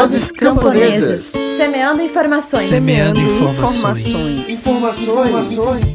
Vozes Camponesas. Semeando informações. Semeando informações. Informações.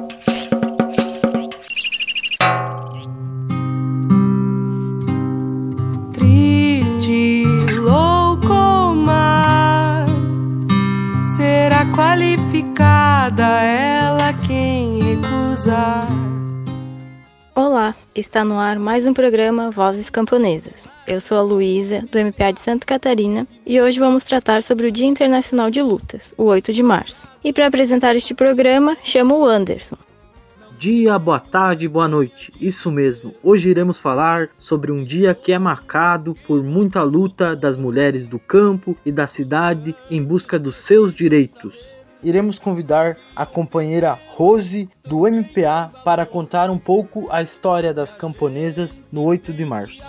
Triste, louco mar, será qualificada ela quem recusar. Olá, está no ar mais um programa Vozes Camponesas. Eu sou a Luísa, do MPA de Santa Catarina, e hoje vamos tratar sobre o Dia Internacional de Lutas, o 8 de março. E para apresentar este programa, chamo o Anderson. Dia, boa tarde, boa noite. Isso mesmo, hoje iremos falar sobre um dia que é marcado por muita luta das mulheres do campo e da cidade em busca dos seus direitos. Iremos convidar a companheira Rose, do MPA, para contar um pouco a história das camponesas no 8 de março.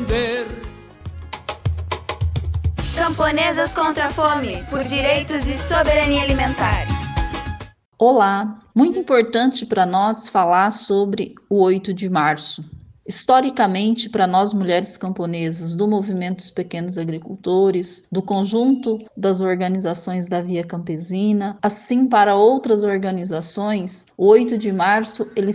Camponesas contra a fome, por direitos e soberania alimentar. Olá, muito importante para nós falar sobre o 8 de março. Historicamente, para nós mulheres camponesas, do movimento dos pequenos agricultores, do conjunto das organizações da Via Campesina, assim para outras organizações, o 8 de março ele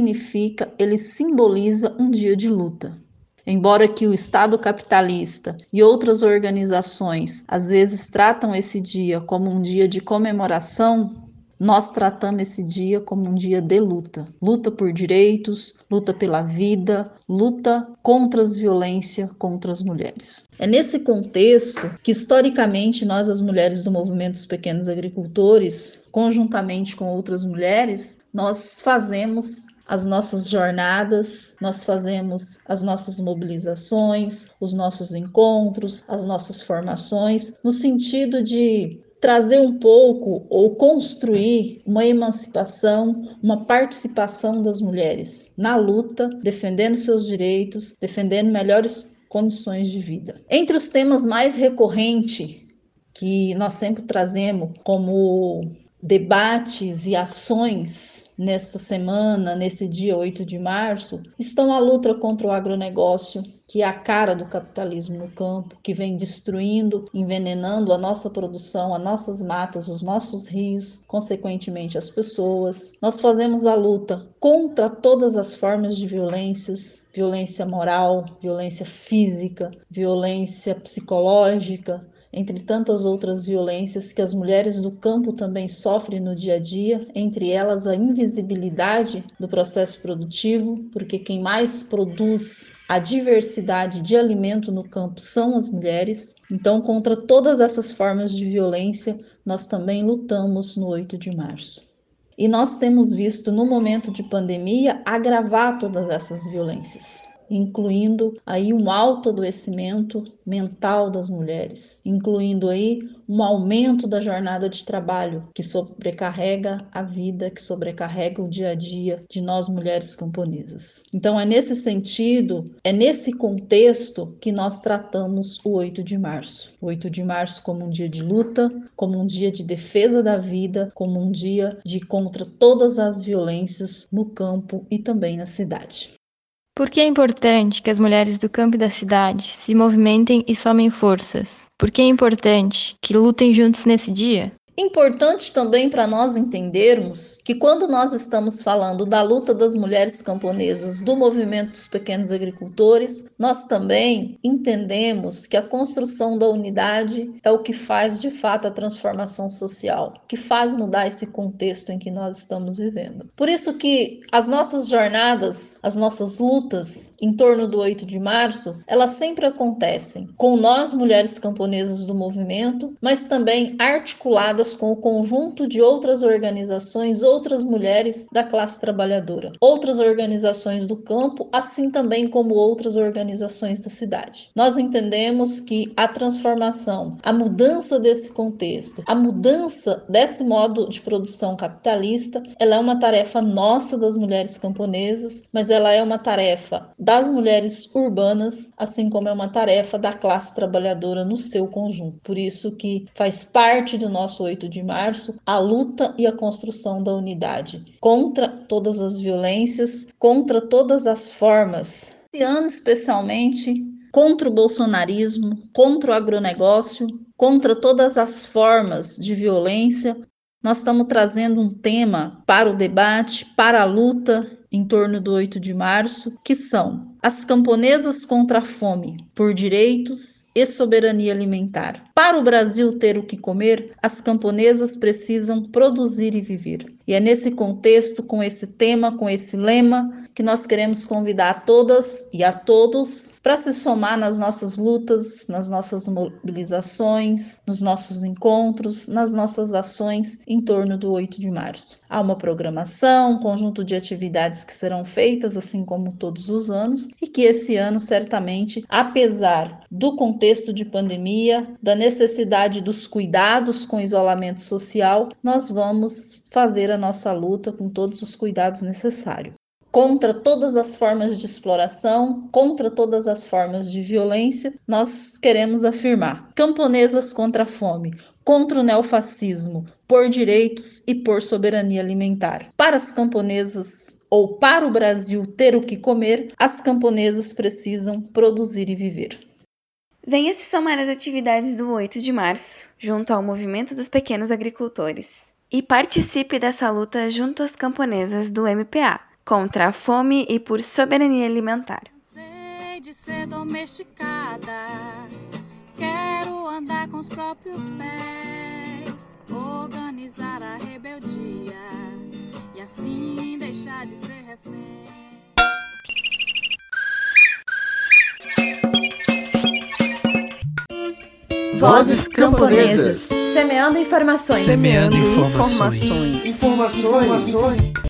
simboliza um dia de luta. Embora que o Estado capitalista e outras organizações às vezes tratam esse dia como um dia de comemoração, nós tratamos esse dia como um dia de luta. Luta por direitos, luta pela vida, luta contra as violências contra as mulheres. É nesse contexto que, historicamente, nós, as mulheres do movimento dos pequenos agricultores, conjuntamente com outras mulheres, nós fazemos as nossas jornadas, nós fazemos as nossas mobilizações, os nossos encontros, as nossas formações, no sentido de trazer um pouco ou construir uma emancipação, uma participação das mulheres na luta, defendendo seus direitos, defendendo melhores condições de vida. Entre os temas mais recorrentes que nós sempre trazemos como debates e ações nessa semana, nesse dia 8 de março, estão a luta contra o agronegócio, que é a cara do capitalismo no campo, que vem destruindo, envenenando a nossa produção, as nossas matas, os nossos rios, consequentemente as pessoas. Nós fazemos a luta contra todas as formas de violências, violência moral, violência física, violência psicológica, entre tantas outras violências que as mulheres do campo também sofrem no dia a dia, entre elas a invisibilidade do processo produtivo, porque quem mais produz a diversidade de alimento no campo são as mulheres. Então, contra todas essas formas de violência, nós também lutamos no 8 de março. E nós temos visto, no momento de pandemia, agravar todas essas violências, incluindo aí um alto adoecimento mental das mulheres, incluindo aí um aumento da jornada de trabalho que sobrecarrega a vida, que sobrecarrega o dia a dia de nós mulheres camponesas. Então é nesse sentido, é nesse contexto que nós tratamos o 8 de março. O 8 de março como um dia de luta, como um dia de defesa da vida, como um dia de contra todas as violências no campo e também na cidade. Por que é importante que as mulheres do campo e da cidade se movimentem e somem forças? Por que é importante que lutem juntos nesse dia? Importante também para nós entendermos que quando nós estamos falando da luta das mulheres camponesas, do movimento dos pequenos agricultores, nós também entendemos que a construção da unidade é o que faz de fato a transformação social, que faz mudar esse contexto em que nós estamos vivendo. Por isso que as nossas jornadas, as nossas lutas em torno do 8 de março, elas sempre acontecem com nós mulheres camponesas do movimento, mas também articuladas com o conjunto de outras organizações, outras mulheres da classe trabalhadora, outras organizações do campo, assim também como outras organizações da cidade. Nós entendemos que a transformação, a mudança desse contexto, a mudança desse modo de produção capitalista, ela é uma tarefa nossa das mulheres camponesas, mas ela é uma tarefa das mulheres urbanas, assim como é uma tarefa da classe trabalhadora no seu conjunto. Por isso que faz parte do nosso 8 de março a luta e a construção da unidade contra todas as violências, contra todas as formas. Esse ano, especialmente, contra o bolsonarismo, contra o agronegócio, contra todas as formas de violência, nós estamos trazendo um tema para o debate, para a luta em torno do 8 de março, que são as camponesas contra a fome, por direitos e soberania alimentar. Para o Brasil ter o que comer, as camponesas precisam produzir e viver. E é nesse contexto, com esse tema, com esse lema, que nós queremos convidar a todas e a todos para se somar nas nossas lutas, nas nossas mobilizações, nos nossos encontros, nas nossas ações em torno do 8 de março. Há uma programação, um conjunto de atividades que serão feitas, assim como todos os anos, e que esse ano, certamente, apesar do contexto de pandemia, da necessidade dos cuidados com isolamento social, nós vamos fazer a nossa luta com todos os cuidados necessários. Contra todas as formas de exploração, contra todas as formas de violência, nós queremos afirmar: camponesas contra a fome, contra o neofascismo, por direitos e por soberania alimentar. Para as camponesas, ou para o Brasil ter o que comer, as camponesas precisam produzir e viver. Venha se somar às atividades do 8 de março, junto ao Movimento dos Pequenos Agricultores, e participe dessa luta junto às camponesas do MPA, contra a fome e por soberania alimentar. Cansei de ser domesticada, quero andar com os próprios pés, organizar a rebeldia e assim deixar de ser refém. Vozes Camponesas. Semeando informações. Semeando informações. Informações.